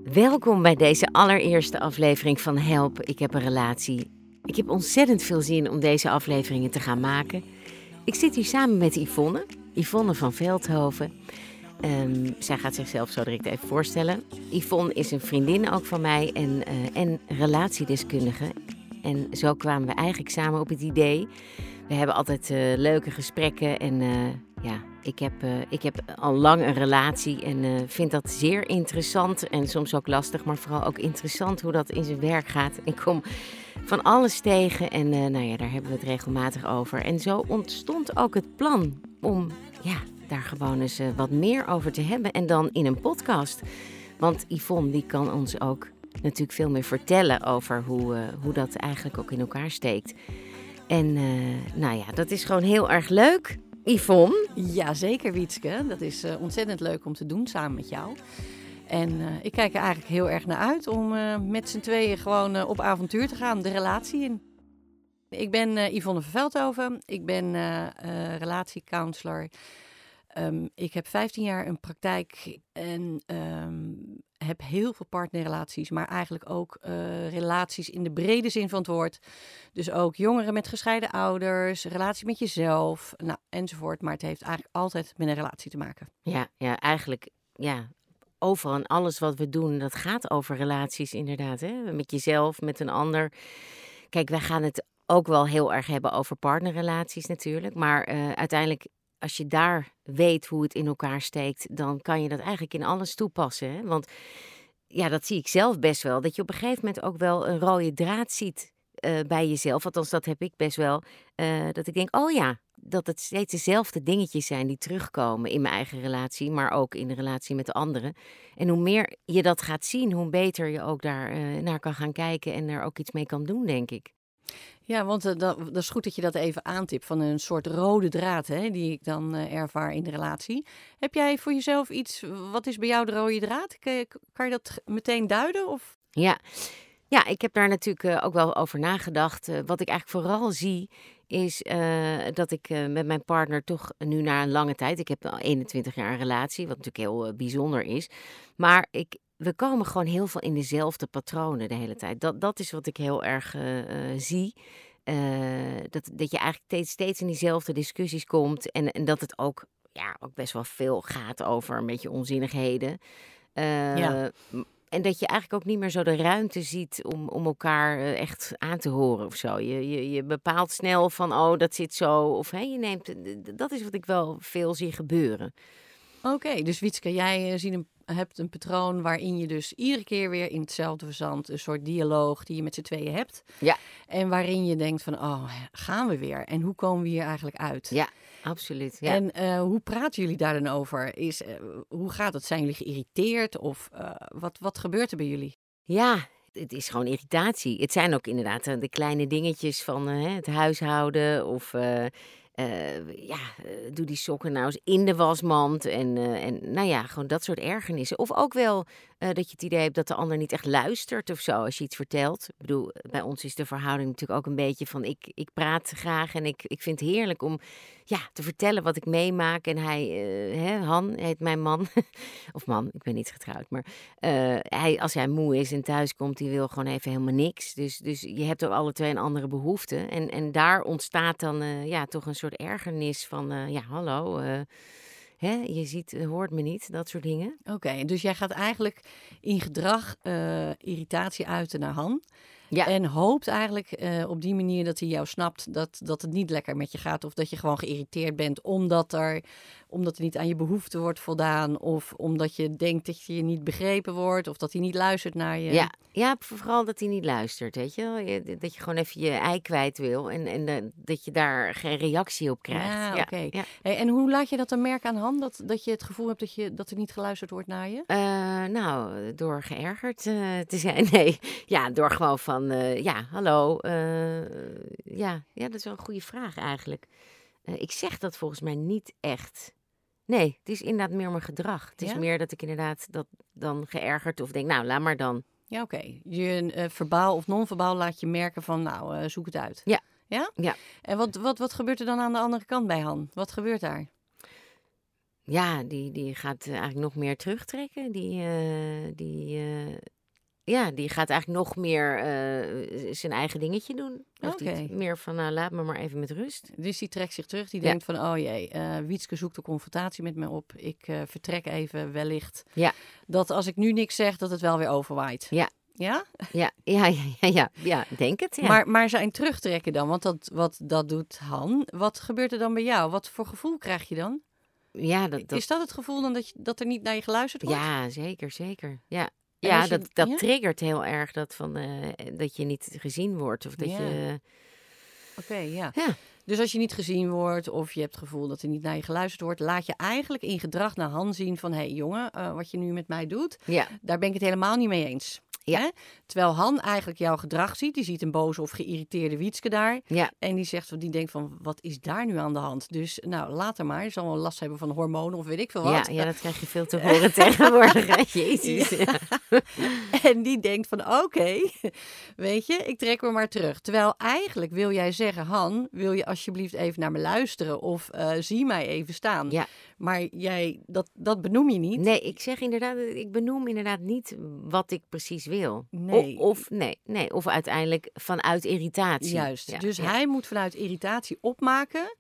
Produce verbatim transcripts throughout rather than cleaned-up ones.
Welkom bij deze allereerste aflevering van Help, ik heb een relatie. Ik heb ontzettend veel zin om deze afleveringen te gaan maken. Ik zit hier samen met Yvonne, Yvonne van Veldhoven. Um, zij gaat zichzelf zo direct even voorstellen. Yvonne is een vriendin ook van mij en, uh, en relatiedeskundige. En zo kwamen we eigenlijk samen op het idee. We hebben altijd uh, leuke gesprekken en uh, ja, ik heb, uh, ik heb al lang een relatie en uh, vind dat zeer interessant en soms ook lastig, maar vooral ook interessant hoe dat in zijn werk gaat. Ik kom van alles tegen en uh, nou ja, daar hebben we het regelmatig over. En zo ontstond ook het plan om ja, daar gewoon eens uh, wat meer over te hebben en dan in een podcast. Want Yvonne die kan ons ook natuurlijk veel meer vertellen over hoe, uh, hoe dat eigenlijk ook in elkaar steekt. En uh, nou ja, dat is gewoon heel erg leuk. Yvonne? Ja, zeker Wietske. Dat is uh, ontzettend leuk om te doen samen met jou. En uh, ik kijk er eigenlijk heel erg naar uit om uh, met z'n tweeën gewoon uh, op avontuur te gaan, de relatie in. Ik ben uh, Yvonne van Veldhoven. Ik ben uh, uh, relatiecounselor. Um, ik heb vijftien jaar een praktijk en um, heb heel veel partnerrelaties, maar eigenlijk ook uh, relaties in de brede zin van het woord. Dus ook jongeren met gescheiden ouders, relatie met jezelf, nou, enzovoort. Maar het heeft eigenlijk altijd met een relatie te maken. Ja, ja eigenlijk, ja, overal en alles wat we doen, dat gaat over relaties inderdaad. Hè? Met jezelf, met een ander. Kijk, wij gaan het ook wel heel erg hebben over partnerrelaties natuurlijk, maar uh, uiteindelijk, als je daar weet hoe het in elkaar steekt, dan kan je dat eigenlijk in alles toepassen. Hè? Want ja, dat zie ik zelf best wel. Dat je op een gegeven moment ook wel een rode draad ziet uh, bij jezelf. Althans, dat heb ik best wel. Uh, dat ik denk, oh ja, dat het steeds dezelfde dingetjes zijn die terugkomen in mijn eigen relatie, maar ook in de relatie met de anderen. En hoe meer je dat gaat zien, hoe beter je ook daar uh, naar kan gaan kijken en er ook iets mee kan doen, denk ik. Ja, want uh, dat, dat is goed dat je dat even aantipt van een soort rode draad, hè, die ik dan uh, ervaar in de relatie. Heb jij voor jezelf iets, wat is bij jou de rode draad? Kan, kan je dat meteen duiden? Of? Ja. ja, ik heb daar natuurlijk uh, ook wel over nagedacht. Uh, wat ik eigenlijk vooral zie is uh, dat ik uh, met mijn partner toch nu na een lange tijd, ik heb al eenentwintig jaar een relatie, wat natuurlijk heel uh, bijzonder is, maar ik... We komen gewoon heel veel in dezelfde patronen de hele tijd. Dat, dat is wat ik heel erg uh, uh, zie. Uh, dat, dat je eigenlijk steeds, steeds in diezelfde discussies komt. En, en dat het ook, ja, ook best wel veel gaat over een beetje onzinnigheden. Uh, ja. En dat je eigenlijk ook niet meer zo de ruimte ziet om, om elkaar uh, echt aan te horen of zo. Je, je, je bepaalt snel van, oh, dat zit zo. Of hey, je neemt, dat is wat ik wel veel zie gebeuren. Oké, okay, dus Wietske, jij uh, ziet een hebt een patroon waarin je dus iedere keer weer in hetzelfde verzandt een soort dialoog die je met z'n tweeën hebt. Ja. En waarin je denkt van, oh, gaan we weer? En hoe komen we hier eigenlijk uit? Ja, absoluut. Ja. En uh, hoe praten jullie daar dan over? Is, uh, hoe gaat het? Zijn jullie geïrriteerd? Of uh, wat, wat gebeurt er bij jullie? Ja, het is gewoon irritatie. Het zijn ook inderdaad uh, de kleine dingetjes van uh, het huishouden of... Uh, Uh, ja, uh, doe die sokken nou eens in de wasmand en, uh, en nou ja, gewoon dat soort ergernissen. Of ook wel uh, dat je het idee hebt dat de ander niet echt luistert of zo als je iets vertelt. Ik bedoel, bij ons is de verhouding natuurlijk ook een beetje van ik, ik praat graag en ik, ik vind het heerlijk om ja, te vertellen wat ik meemaak. En hij, uh, hè, Han heet mijn man, of man, ik ben niet getrouwd, maar uh, hij, als hij moe is en thuis komt, die wil gewoon even helemaal niks. Dus, dus je hebt ook alle twee een andere behoefte. En, en daar ontstaat dan uh, ja, toch een soort ergernis van, uh, ja, hallo, uh, hè, je ziet, uh, hoort me niet, dat soort dingen. Oké, okay, dus jij gaat eigenlijk in gedrag uh, irritatie uiten naar Han. Ja. En hoopt eigenlijk uh, op die manier dat hij jou snapt dat, dat het niet lekker met je gaat. Of dat je gewoon geïrriteerd bent omdat er, omdat er niet aan je behoeften wordt voldaan. Of omdat je denkt dat je niet begrepen wordt. Of dat hij niet luistert naar je. Ja, ja, vooral dat hij niet luistert, weet je. Dat je gewoon even je ei kwijt wil. En, en uh, dat je daar geen reactie op krijgt. Ja, ja, oké. Okay. Ja. Hey, en hoe laat je dat dan merken aan Han? Dat, dat je het gevoel hebt dat, je, dat er niet geluisterd wordt naar je? Uh, nou, door geërgerd uh, te zijn. Nee, ja, door gewoon van... Uh, ja, hallo. Uh, ja, ja, dat is wel een goede vraag eigenlijk. Uh, ik zeg dat volgens mij niet echt. Nee, het is inderdaad meer mijn gedrag. Het is ja? meer dat ik inderdaad dat dan geërgerd of denk, nou, laat maar dan. Ja, oké. Okay. Je uh, verbaal of non-verbaal laat je merken van, nou, uh, zoek het uit. Ja. Ja? Ja. En wat, wat, wat gebeurt er dan aan de andere kant bij Han? Wat gebeurt daar? ja, die, die gaat uh, eigenlijk nog meer terugtrekken. Die, uh, die, uh, ja, die gaat eigenlijk nog meer uh, zijn eigen dingetje doen. Of Oké. die meer van, nou, laat me maar even met rust. Dus die trekt zich terug. Die Ja. denkt van, oh jee, uh, Wietske zoekt de confrontatie met me op. Ik uh, vertrek even wellicht. Ja. Dat als ik nu niks zeg, dat het wel weer overwaait. Ja. Ja? Ja, ja, ja, ja, ja, ja, denk het. Ja. Maar, maar zijn terugtrekken dan, want dat, wat, dat doet Han. Wat gebeurt er dan bij jou? Wat voor gevoel krijg je dan? Ja, dat, dat... Is dat het gevoel dan dat, je, dat er niet naar je geluisterd wordt? Ja, zeker, zeker. Ja, En ja als je- dat, dat ja? triggert heel erg dat, van, uh, dat je niet gezien wordt. Of dat Ja. je... Oké, ja. Ja. Dus als je niet gezien wordt of je hebt het gevoel dat er niet naar je geluisterd wordt, laat je eigenlijk in gedrag naar Han zien van, hé hey, jongen, uh, wat je nu met mij doet, Ja. daar ben ik het helemaal niet mee eens. Ja. Hè? Terwijl Han eigenlijk jouw gedrag ziet, die ziet een boze of geïrriteerde Wietske daar. Ja. En die zegt, die denkt van, wat is daar nu aan de hand? Dus nou, later maar. Je zal wel last hebben van hormonen of weet ik veel wat. Ja, ja, dat krijg je veel te horen tegenwoordig. Hè? Jezus. Ja. En die denkt van, oké, okay, weet je, ik trek me maar terug. Terwijl eigenlijk wil jij zeggen, Han, wil je alsjeblieft even naar me luisteren of uh, zie mij even staan. Ja. Maar jij, dat, dat benoem je niet. Nee, ik zeg inderdaad, ik benoem inderdaad niet wat ik precies wil. Nee. O, of, nee, nee, of uiteindelijk vanuit irritatie. Juist, Ja, dus ja. hij moet vanuit irritatie opmaken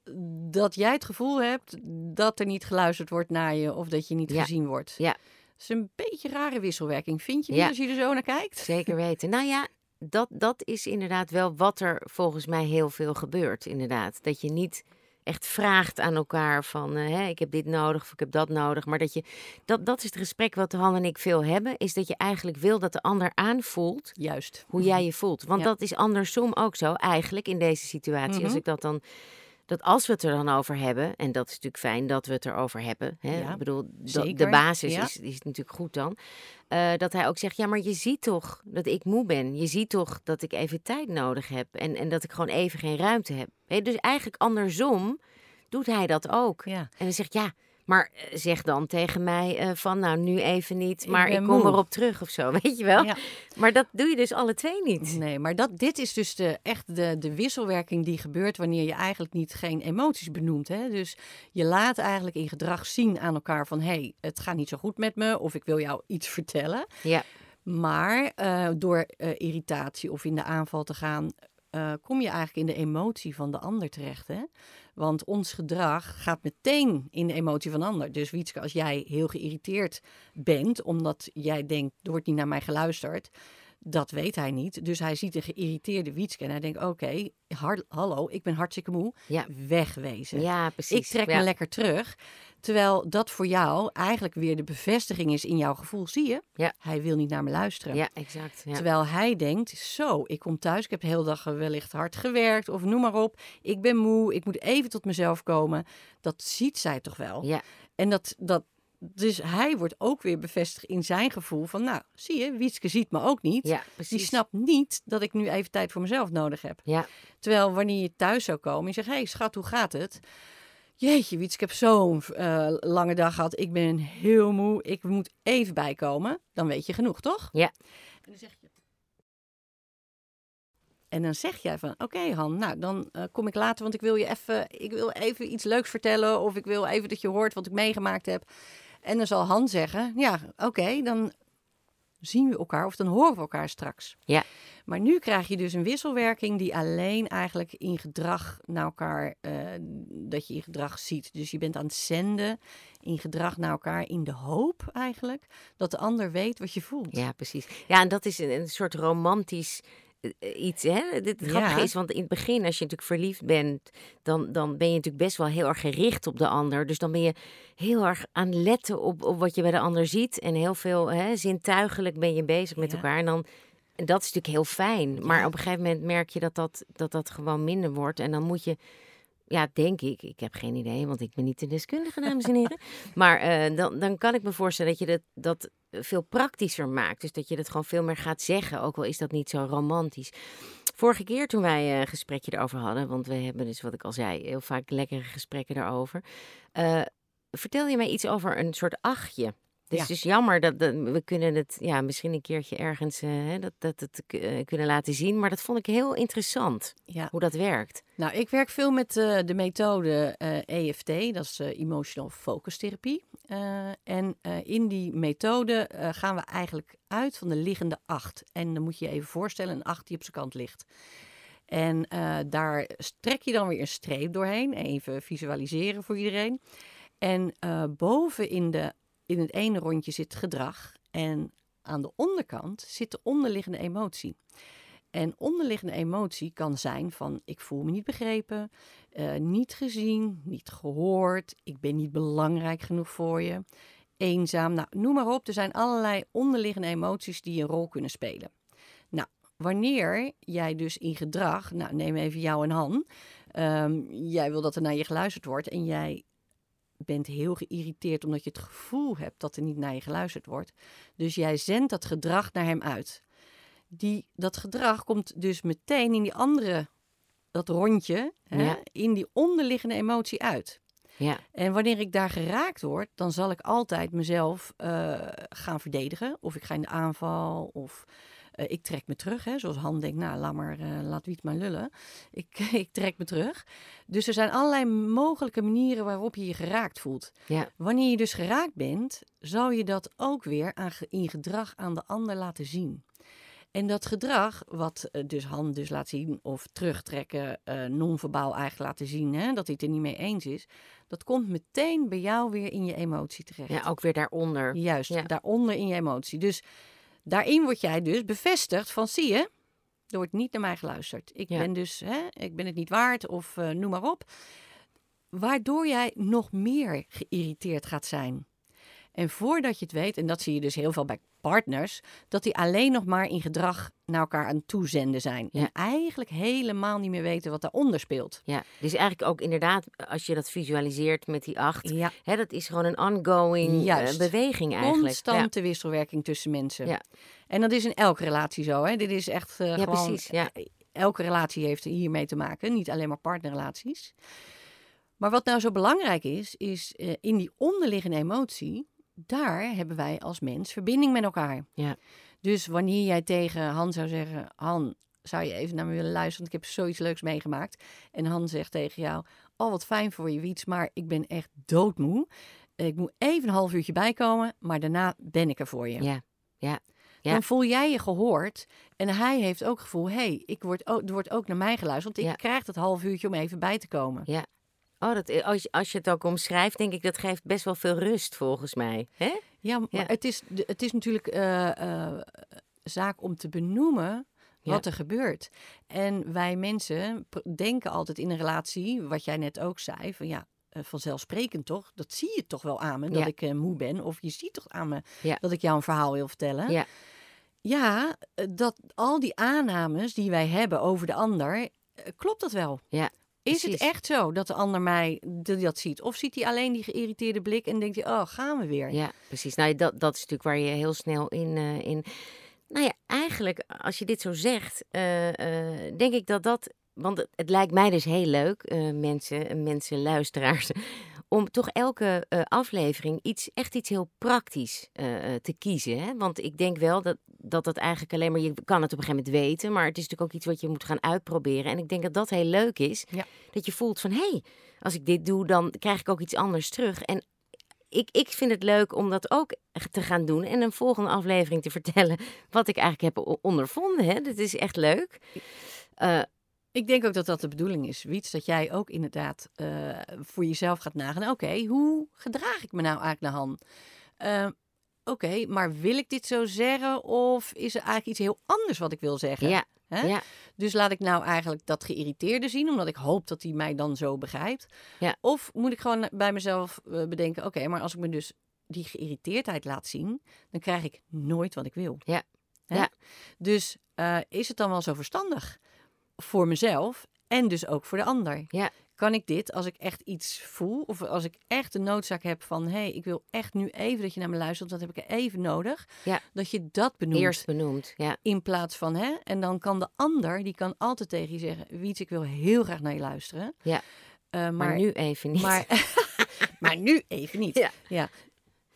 dat jij het gevoel hebt dat er niet geluisterd wordt naar je of dat je niet Ja. gezien wordt. Ja. Dat is een beetje een rare wisselwerking, vind je niet, Ja. als je er zo naar kijkt? Zeker weten. Nou ja, dat, dat is inderdaad wel wat er volgens mij heel veel gebeurt, inderdaad. Dat je niet echt vraagt aan elkaar van, uh, hè, ik heb dit nodig of ik heb dat nodig. Maar dat je, dat, dat is het gesprek wat Han en ik veel hebben, is dat je eigenlijk wil dat de ander aanvoelt Juist. hoe jij je voelt. Want Ja. dat is andersom ook zo, eigenlijk in deze situatie. Mhm. Als ik dat dan, dat als we het er dan over hebben, en dat is natuurlijk fijn dat we het erover hebben. Hè? Ja, Ik bedoel, de, zeker. de basis Ja. is, is natuurlijk goed dan. Uh, dat hij ook zegt, ja, maar je ziet toch dat ik moe ben. Je ziet toch dat ik even tijd nodig heb. En, en dat ik gewoon even geen ruimte heb. Hè? Dus eigenlijk andersom doet hij dat ook. Ja. En dan zegt, ja, maar uh, zeg dan tegen mij uh, van, nou, nu even niet. Maar Ik ik, ben kom moe. erop terug of zo, weet je wel? Ja. Maar dat doe je dus alle twee niet. Nee, maar dat, dit is dus de, echt de, de wisselwerking die gebeurt wanneer je eigenlijk niet geen emoties benoemt. Hè? Dus je laat eigenlijk in gedrag zien aan elkaar van, hé, hey, het gaat niet zo goed met me of ik wil jou iets vertellen. Ja. Maar uh, door uh, irritatie of in de aanval te gaan, uh, kom je eigenlijk in de emotie van de ander terecht. Hè? Want ons gedrag gaat meteen in de emotie van de ander. Dus Wietske, als jij heel geïrriteerd bent, omdat jij denkt, er wordt niet naar mij geluisterd, dat weet hij niet. Dus hij ziet een geïrriteerde Wietske en hij denkt, oké, okay, hallo, ik ben hartstikke moe, Ja. wegwezen. Ja, precies. Ik trek ja. me lekker terug. Terwijl dat voor jou eigenlijk weer de bevestiging is in jouw gevoel. Zie je? Ja. Hij wil niet naar me luisteren. Ja, exact. Ja. Terwijl hij denkt, zo, ik kom thuis, ik heb de hele dag wellicht hard gewerkt of noem maar op. Ik ben moe, ik moet even tot mezelf komen. Dat ziet zij toch wel. Ja. En dat, dat, dus hij wordt ook weer bevestigd in zijn gevoel van, nou, zie je, Wietske ziet me ook niet. Ja, precies. Die snapt niet dat ik nu even tijd voor mezelf nodig heb. Ja. Terwijl wanneer je thuis zou komen en je zegt, hé hey, schat, hoe gaat het? Jeetje, Wiets, ik heb zo'n uh, lange dag gehad. Ik ben heel moe. Ik moet even bijkomen. Dan weet je genoeg, toch? Ja. En dan zeg je... En dan zeg jij van, oké okay, Han, nou dan uh, kom ik later, want ik wil je even, ik wil even iets leuks vertellen. Of ik wil even dat je hoort wat ik meegemaakt heb. En dan zal Han zeggen, ja, oké, okay, dan zien we elkaar of dan horen we elkaar straks. Ja. Maar nu krijg je dus een wisselwerking die alleen eigenlijk in gedrag naar elkaar, uh, dat je in gedrag ziet. Dus je bent aan het zenden in gedrag naar elkaar in de hoop eigenlijk dat de ander weet wat je voelt. Ja, precies. Ja, en dat is een, een soort romantisch uh, iets, hè? Het grappige Ja. is, want in het begin, als je natuurlijk verliefd bent, dan, dan ben je natuurlijk best wel heel erg gericht op de ander. Dus dan ben je heel erg aan letten op, op wat je bij de ander ziet. En heel veel, hè, zintuigelijk ben je bezig met Ja. elkaar. En dan... En dat is natuurlijk heel fijn. Ja. Maar op een gegeven moment merk je dat dat, dat dat gewoon minder wordt. En dan moet je, ja, denk ik, ik heb geen idee, want ik ben niet de deskundige, dames en heren. Maar uh, dan, dan kan ik me voorstellen dat je dat, dat veel praktischer maakt. Dus dat je dat gewoon veel meer gaat zeggen, ook al is dat niet zo romantisch. Vorige keer toen wij een gesprekje erover hadden, want we hebben dus, wat ik al zei, heel vaak lekkere gesprekken daarover. Uh, vertel je mij iets over een soort achtje. Dus Ja. het is jammer dat, dat we kunnen het ja, misschien een keertje ergens uh, dat, dat het uh, kunnen laten zien. Maar dat vond ik heel interessant, Ja. hoe dat werkt. Nou, ik werk veel met uh, de methode uh, E F T, dat is uh, Emotional Focus Therapie. Uh, en uh, in die methode uh, gaan we eigenlijk uit van de liggende acht. En dan moet je je even voorstellen, een acht die op zijn kant ligt. En uh, daar trek je dan weer een streep doorheen. Even visualiseren voor iedereen. En uh, boven in, de, in het ene rondje zit gedrag. En aan de onderkant zit de onderliggende emotie. En onderliggende emotie kan zijn van ik voel me niet begrepen, uh, niet gezien, niet gehoord, ik ben niet belangrijk genoeg voor je, eenzaam. Nou, noem maar op. Er zijn allerlei onderliggende emoties die een rol kunnen spelen. Nou, wanneer jij dus in gedrag, nou neem even jou en Han, um, jij wil dat er naar je geluisterd wordt en jij bent heel geïrriteerd omdat je het gevoel hebt dat er niet naar je geluisterd wordt. Dus jij zendt dat gedrag naar hem uit. Die, dat gedrag komt dus meteen in die andere, dat rondje, hè, Ja. in die onderliggende emotie uit. Ja. En wanneer ik daar geraakt word, dan zal ik altijd mezelf uh, gaan verdedigen. Of ik ga in de aanval, of uh, ik trek me terug. Hè, zoals Han denkt, nou, laat, maar, uh, laat Wiet maar lullen. Ik, ik trek me terug. Dus er zijn allerlei mogelijke manieren waarop je je geraakt voelt. Ja. Wanneer je dus geraakt bent, zal je dat ook weer aan, in gedrag aan de ander laten zien. En dat gedrag, wat uh, dus Han dus laat zien, of terugtrekken, uh, non-verbaal eigenlijk laten zien, hè, dat hij het er niet mee eens is, dat komt meteen bij jou weer in je emotie terecht. Ja, ook weer daaronder. Juist, ja. daaronder in je emotie. Dus daarin word jij dus bevestigd van, zie je, er wordt niet naar mij geluisterd. Ik Ja. ben dus, hè, ik ben het niet waard, of uh, noem maar op. Waardoor jij nog meer geïrriteerd gaat zijn. En voordat je het weet, en dat zie je dus heel veel bij partners, dat die alleen nog maar in gedrag naar elkaar aan het toezenden zijn. Ja. En eigenlijk helemaal niet meer weten wat daaronder speelt. Ja, dus eigenlijk ook inderdaad, als je dat visualiseert met die acht, Ja. hè, dat is gewoon een ongoing uh, beweging eigenlijk. Constante ja. wisselwerking tussen mensen. Ja. En dat is in elke relatie zo. Hè? Dit is echt uh, ja, gewoon... precies, ja. Elke relatie heeft hiermee te maken, niet alleen maar partnerrelaties. Maar wat nou zo belangrijk is, is uh, in die onderliggende emotie, daar hebben wij als mens verbinding met elkaar. Ja. Dus wanneer jij tegen Han zou zeggen, Han, zou je even naar me willen luisteren, want ik heb zoiets leuks meegemaakt. En Han zegt tegen jou, oh wat fijn voor je Wiets, maar ik ben echt doodmoe. Ik moet even een half uurtje bijkomen, maar daarna ben ik er voor je. Ja, ja. Ja. Dan voel jij je gehoord en hij heeft ook het gevoel, hé, hey, ik word ook, er wordt ook naar mij geluisterd, want ik ja. krijg dat half uurtje om even bij te komen. Ja. Oh, dat, als, je, als je het ook omschrijft, denk ik, dat geeft best wel veel rust volgens mij. Hè? Ja, maar ja. Het, is, het is natuurlijk uh, uh, zaak om te benoemen wat ja. er gebeurt. En wij mensen denken altijd in een relatie, wat jij net ook zei, van ja, uh, vanzelfsprekend toch, dat zie je toch wel aan me, dat ja. ik uh, moe ben. Of je ziet toch aan me ja. dat ik jou een verhaal wil vertellen. Ja. Ja, dat al die aannames die wij hebben over de ander, uh, klopt dat wel? Ja. Is Precies. het echt zo dat de ander mij dat ziet? Of ziet hij alleen die geïrriteerde blik en denkt hij, oh, gaan we weer? Ja, precies. Nou, dat, dat is natuurlijk waar je heel snel in... Uh, in... Nou ja, eigenlijk, als je dit zo zegt, uh, uh, denk ik dat dat... Want het, het lijkt mij dus heel leuk, uh, mensen, mensen, luisteraars... om toch elke uh, aflevering iets, echt iets heel praktisch uh, te kiezen. Hè? Want ik denk wel dat, dat dat eigenlijk alleen maar... Je kan het op een gegeven moment weten, maar het is natuurlijk ook iets wat je moet gaan uitproberen. En ik denk dat dat heel leuk is. Ja. Dat je voelt van, hé, hey, als ik dit doe, dan krijg ik ook iets anders terug. En ik, ik vind het leuk om dat ook te gaan doen en een volgende aflevering te vertellen wat ik eigenlijk heb ondervonden. Hè? Dat is echt leuk. Uh, Ik denk ook dat dat de bedoeling is, Wiets, dat jij ook inderdaad uh, voor jezelf gaat nagaan. Oké, okay, hoe gedraag ik me nou eigenlijk naar Han? Uh, Oké, okay, maar wil ik dit zo zeggen of is er eigenlijk iets heel anders wat ik wil zeggen? Ja, Hè? ja. Dus laat ik nou eigenlijk dat geïrriteerde zien, omdat ik hoop dat hij mij dan zo begrijpt. Ja. Of moet ik gewoon bij mezelf uh, bedenken, oké, okay, maar als ik me dus die geïrriteerdheid laat zien, dan krijg ik nooit wat ik wil. Ja. Hè? Ja. Dus uh, is het dan wel zo verstandig voor mezelf en dus ook voor de ander? Ja. Kan ik dit, als ik echt iets voel, of als ik echt de noodzaak heb van, hé, hey, ik wil echt nu even dat je naar me luistert, dat heb ik er even nodig. Ja. Dat je dat benoemt. Eerst benoemt, ja. In plaats van, hè, en dan kan de ander, die kan altijd tegen je zeggen, Wiets, ik wil heel graag naar je luisteren. Ja. Uh, maar, maar nu even niet. Maar, maar nu even niet. Ja. Ja.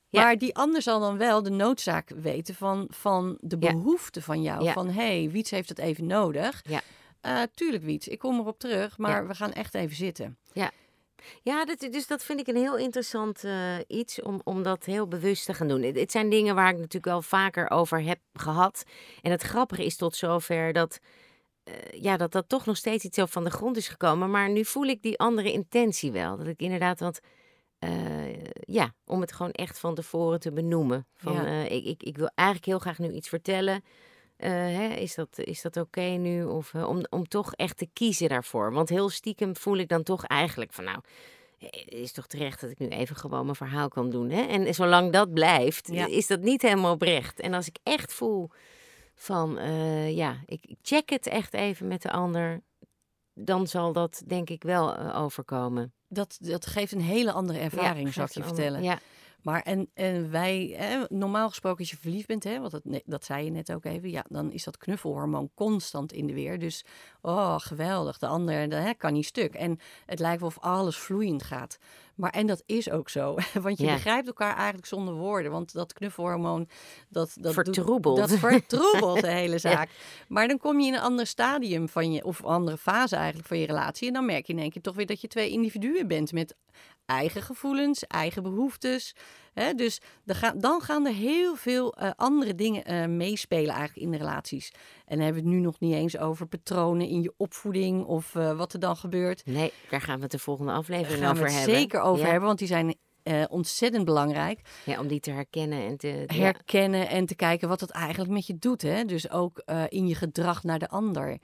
Ja. Maar die ander zal dan wel de noodzaak weten van, van de behoefte ja. van jou. Ja. Van, hé, hey, Wiets heeft het even nodig. Ja. Uh, tuurlijk, Wiets, ik kom erop terug, maar ja. we gaan echt even zitten. Ja. Ja, dat, dus dat vind ik een heel interessant uh, iets om, om dat heel bewust te gaan doen. Het, het zijn dingen waar ik natuurlijk wel vaker over heb gehad. En het grappige is tot zover dat, uh, ja, dat dat toch nog steeds iets zo van de grond is gekomen. Maar nu voel ik die andere intentie wel. Dat ik inderdaad, want uh, ja, om het gewoon echt van tevoren te benoemen. Van, ja. uh, ik, ik, ik wil eigenlijk heel graag nu iets vertellen. Uh, hè, is dat, is dat oké okay nu? Of uh, om, om toch echt te kiezen daarvoor. Want heel stiekem voel ik dan toch eigenlijk van nou, het is toch terecht dat ik nu even gewoon mijn verhaal kan doen. Hè? En zolang dat blijft, ja. is dat niet helemaal oprecht. En als ik echt voel van uh, ja, ik check het echt even met de ander, dan zal dat denk ik wel uh, overkomen. Dat, dat geeft een hele andere ervaring, ja, zou ik je vertellen. Ja. Maar en, en wij, hè, normaal gesproken als je verliefd bent, hè, want dat, dat zei je net ook even, ja, dan is dat knuffelhormoon constant in de weer. Dus, oh, geweldig, de ander dat, hè, kan niet stuk. En het lijkt wel of alles vloeiend gaat. Maar en dat is ook zo, want je ja. begrijpt elkaar eigenlijk zonder woorden. Want dat knuffelhormoon, dat, dat vertroebelt. Doet, dat vertroebelt de hele zaak. Ja. Maar dan kom je in een ander stadium van je, of een andere fase eigenlijk van je relatie. En dan merk je in één keer toch weer dat je twee individuen bent met eigen gevoelens, eigen behoeftes. Hè? Dus gaan, dan gaan er heel veel uh, andere dingen uh, meespelen eigenlijk in de relaties. En dan hebben we het nu nog niet eens over patronen in je opvoeding of uh, wat er dan gebeurt. Nee, daar gaan we het de volgende aflevering gaan over we het hebben. Zeker over ja. hebben, want die zijn uh, ontzettend belangrijk. Ja, om die te herkennen en te... Herkennen ja. en te kijken wat het eigenlijk met je doet. Hè? Dus ook uh, in je gedrag naar de ander.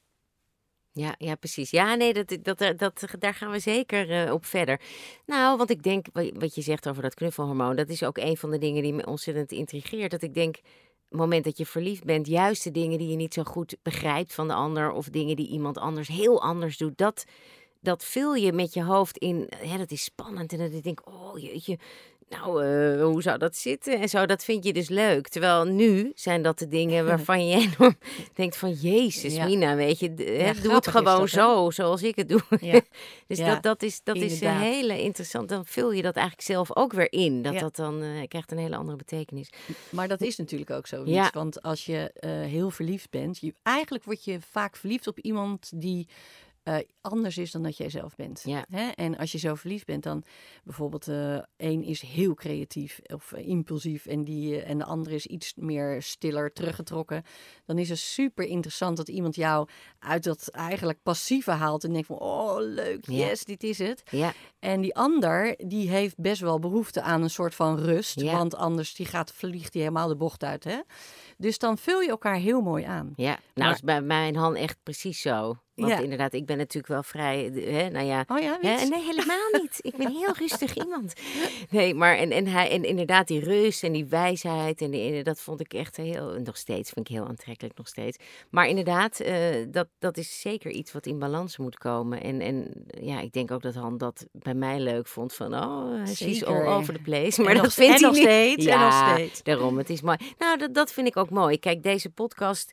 Ja, ja, precies. Ja, nee, dat, dat, dat, daar gaan we zeker uh, op verder. Nou, want ik denk, wat je zegt over dat knuffelhormoon, dat is ook een van de dingen die me ontzettend intrigeert. Dat ik denk, op het moment dat je verliefd bent, juist de dingen die je niet zo goed begrijpt van de ander, of dingen die iemand anders heel anders doet, dat, dat vul je met je hoofd in. Ja, dat is spannend. En dat ik denk, oh jeetje, nou, uh, hoe zou dat zitten? En zo, dat vind je dus leuk. Terwijl nu zijn dat de dingen waarvan je enorm denkt van, Jezus, ja. Mina, weet je, d- ja, doe het gewoon dat, zo, zoals ik het doe. Ja. dus ja, dat, dat is, dat is een hele interessant. Dan vul je dat eigenlijk zelf ook weer in. Dat ja. dat dan uh, krijgt een hele andere betekenis. Maar dat is natuurlijk ook zo. Ja. Want als je uh, heel verliefd bent, je, eigenlijk word je vaak verliefd op iemand die Uh, anders is dan dat jij zelf bent. Ja. Hè? En als je zo verliefd bent, dan bijvoorbeeld uh, één is heel creatief of uh, impulsief en, die, uh, en de andere is iets meer stiller, teruggetrokken. Dan is het super interessant dat iemand jou uit dat eigenlijk passieve haalt en denkt van, oh leuk, yes, ja. dit is het. Ja. En die ander, die heeft best wel behoefte aan een soort van rust, ja. want anders die gaat, vliegt die helemaal de bocht uit. Hè? Dus dan vul je elkaar heel mooi aan. Ja, nou maar, is bij mijn Han echt precies zo. Want ja. inderdaad, ik ben natuurlijk wel vrij, hè, nou ja. Oh ja, hè, nee, helemaal niet. Ik ben heel rustig iemand. Nee, maar en, en, hij, en inderdaad die rust en die wijsheid, en die, dat vond ik echt heel, nog steeds, vind ik heel aantrekkelijk nog steeds. Maar inderdaad, uh, dat, dat is zeker iets wat in balans moet komen. En, en ja, ik denk ook dat Han dat bij mij leuk vond, van oh, she's all over the place. Maar en dat nog, vindt en hij nog niet. steeds, ja, en nog steeds. Daarom, het is mooi. Nou, dat, dat vind ik ook mooi. Kijk, deze podcast...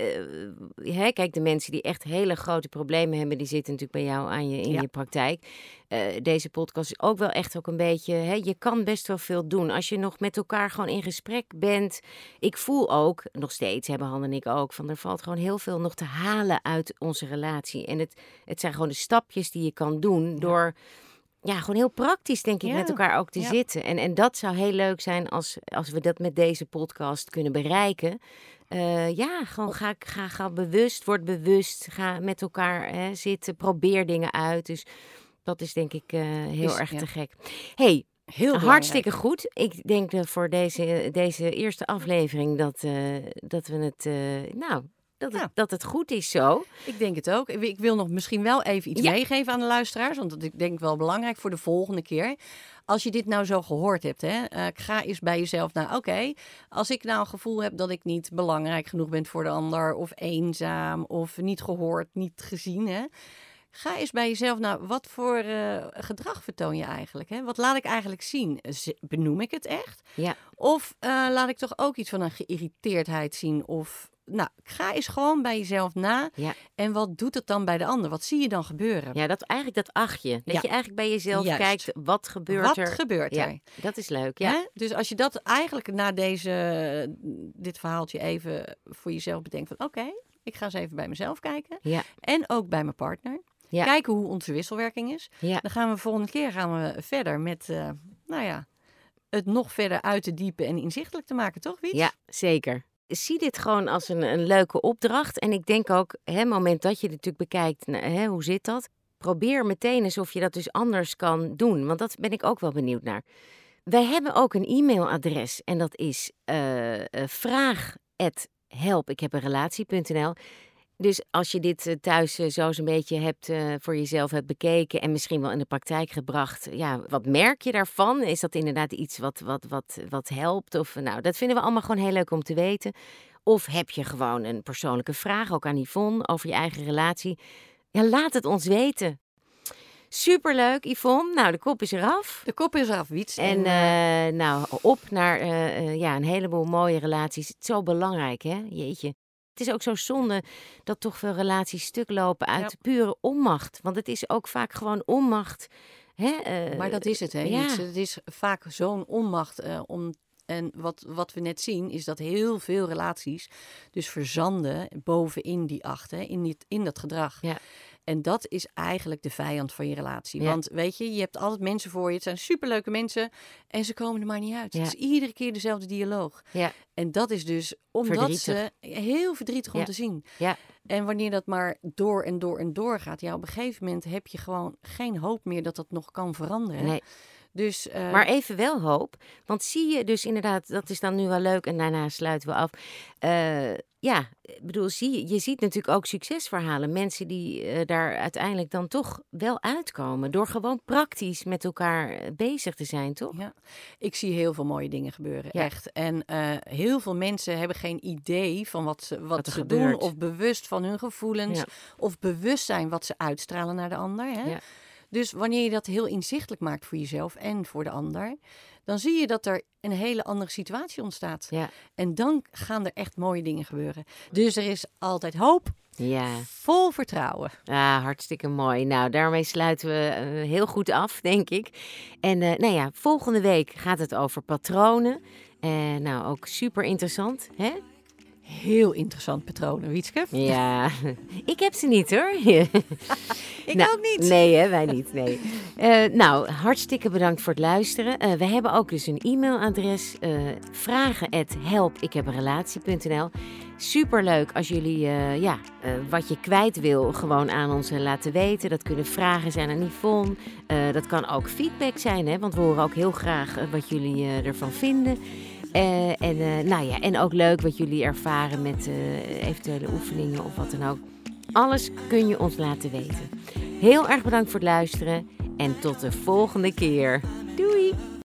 Uh, hè, kijk, de mensen die echt hele grote problemen hebben, die zitten natuurlijk bij jou aan je, in ja. je praktijk. Uh, deze podcast is ook wel echt ook een beetje, hè, je kan best wel veel doen. Als je nog met elkaar gewoon in gesprek bent. Ik voel ook, nog steeds hebben Han en ik ook, van er valt gewoon heel veel nog te halen uit onze relatie. En het, het zijn gewoon de stapjes die je kan doen ja. door... Ja, gewoon heel praktisch, denk ik, ja. met elkaar ook te ja. zitten. En, en dat zou heel leuk zijn als, als we dat met deze podcast kunnen bereiken. Uh, ja, gewoon ga, ga, ga bewust, word bewust. Ga met elkaar hè, zitten, probeer dingen uit. Dus dat is denk ik uh, heel is, erg ja. te gek. Hey, heel hartstikke goed. Ik denk uh, voor deze, deze eerste aflevering dat, uh, dat we het... Uh, nou. Dat het, ja. dat het goed is zo. Ik denk het ook. Ik wil nog misschien wel even iets ja. meegeven aan de luisteraars. Want dat ik denk wel belangrijk voor de volgende keer. Als je dit nou zo gehoord hebt. Hè, uh, ga eens bij jezelf naar. Oké, okay, als ik nou een gevoel heb dat ik niet belangrijk genoeg ben voor de ander. Of eenzaam. Of niet gehoord, niet gezien. Hè, ga eens bij jezelf naar. Wat voor uh, gedrag vertoon je eigenlijk? Hè? Wat laat ik eigenlijk zien? Benoem ik het echt? Ja. Of uh, laat ik toch ook iets van een geïrriteerdheid zien? Of... nou, ga eens gewoon bij jezelf na. Ja. En wat doet het dan bij de ander? Wat zie je dan gebeuren? Ja, dat, eigenlijk dat achtje. Dat Ja. je eigenlijk bij jezelf Juist. kijkt, wat gebeurt Wat er? gebeurt Ja, er? dat is leuk. Ja. Hè? Dus als je dat eigenlijk na deze, dit verhaaltje even voor jezelf bedenkt van oké, okay, ik ga eens even bij mezelf kijken. Ja. En ook bij mijn partner. Ja. Kijken hoe onze wisselwerking is. Ja. Dan gaan we volgende keer gaan we verder met, uh, nou ja, het nog verder uit te diepen en inzichtelijk te maken, toch Wiets? Ja, zeker. Zie dit gewoon als een, een leuke opdracht. En ik denk ook, het moment dat je het natuurlijk bekijkt, nou, hè, hoe zit dat? Probeer meteen eens of je dat dus anders kan doen. Want dat ben ik ook wel benieuwd naar. Wij hebben ook een e-mailadres en dat is uh, uh, vraag at help ik heb een relatie punt n l. Dus als je dit uh, thuis uh, zo eens een beetje hebt uh, voor jezelf hebt bekeken en misschien wel in de praktijk gebracht, ja, wat merk je daarvan? Is dat inderdaad iets wat, wat, wat, wat helpt? Of, nou, dat vinden we allemaal gewoon heel leuk om te weten. Of heb je gewoon een persoonlijke vraag, ook aan Yvonne, over je eigen relatie? Ja, laat het ons weten. Superleuk, Yvonne. Nou, de kop is eraf. De kop is eraf, Wiets. En uh, nou, op naar uh, uh, ja, een heleboel mooie relaties. Het is zo belangrijk, hè? Jeetje. Het is ook zo zonde dat toch veel relaties stuk lopen uit ja. pure onmacht. Want het is ook vaak gewoon onmacht. Hè? Uh, maar dat is het, hè? Ja. Het is vaak zo'n onmacht uh, om... En wat, wat we net zien is dat heel veel relaties dus verzanden bovenin die acht, hè, in, die, in dat gedrag. Ja. En dat is eigenlijk de vijand van je relatie. Ja. Want weet je, je hebt altijd mensen voor je. Het zijn superleuke mensen en ze komen er maar niet uit. Ja. Het is iedere keer dezelfde dialoog. Ja. En dat is dus omdat verdrietig. ze heel verdrietig om ja. te zien. Ja. En wanneer dat maar door en door en door gaat, ja, op een gegeven moment heb je gewoon geen hoop meer dat dat nog kan veranderen. Nee. Dus, uh... Maar even wel hoop, want zie je dus inderdaad, dat is dan nu wel leuk en daarna sluiten we af. Uh, ja, ik bedoel, zie je, je ziet natuurlijk ook succesverhalen. Mensen die uh, daar uiteindelijk dan toch wel uitkomen door gewoon praktisch met elkaar bezig te zijn, toch? Ja, ik zie heel veel mooie dingen gebeuren, ja. echt. En uh, heel veel mensen hebben geen idee van wat ze, wat wat ze gebeurt. doen of bewust van hun gevoelens ja. of bewust zijn wat ze uitstralen naar de ander, hè? Ja. Dus wanneer je dat heel inzichtelijk maakt voor jezelf en voor de ander, dan zie je dat er een hele andere situatie ontstaat. Ja. En dan gaan er echt mooie dingen gebeuren. Dus er is altijd hoop. Ja. Vol vertrouwen. Ah, hartstikke mooi. Nou, daarmee sluiten we uh, heel goed af, denk ik. En uh, nou ja, volgende week gaat het over patronen. Uh, nou, ook super interessant, hè? Heel interessant patronen, Wietske. Ja, ik heb ze niet hoor. ik nou, ook niet. Nee, hè, wij niet. Nee. Uh, nou, hartstikke bedankt voor het luisteren. Uh, we hebben ook dus een e-mailadres. Uh, vragen at help ik heb een relatie punt n l. Superleuk als jullie uh, ja, uh, wat je kwijt wil gewoon aan ons laten weten. Dat kunnen vragen zijn aan Yvonne. Uh, dat kan ook feedback zijn, hè, want we horen ook heel graag uh, wat jullie uh, ervan vinden. Uh, en, uh, nou ja, en ook leuk wat jullie ervaren met uh, eventuele oefeningen of wat dan ook. Alles kun je ons laten weten. Heel erg bedankt voor het luisteren en tot de volgende keer. Doei!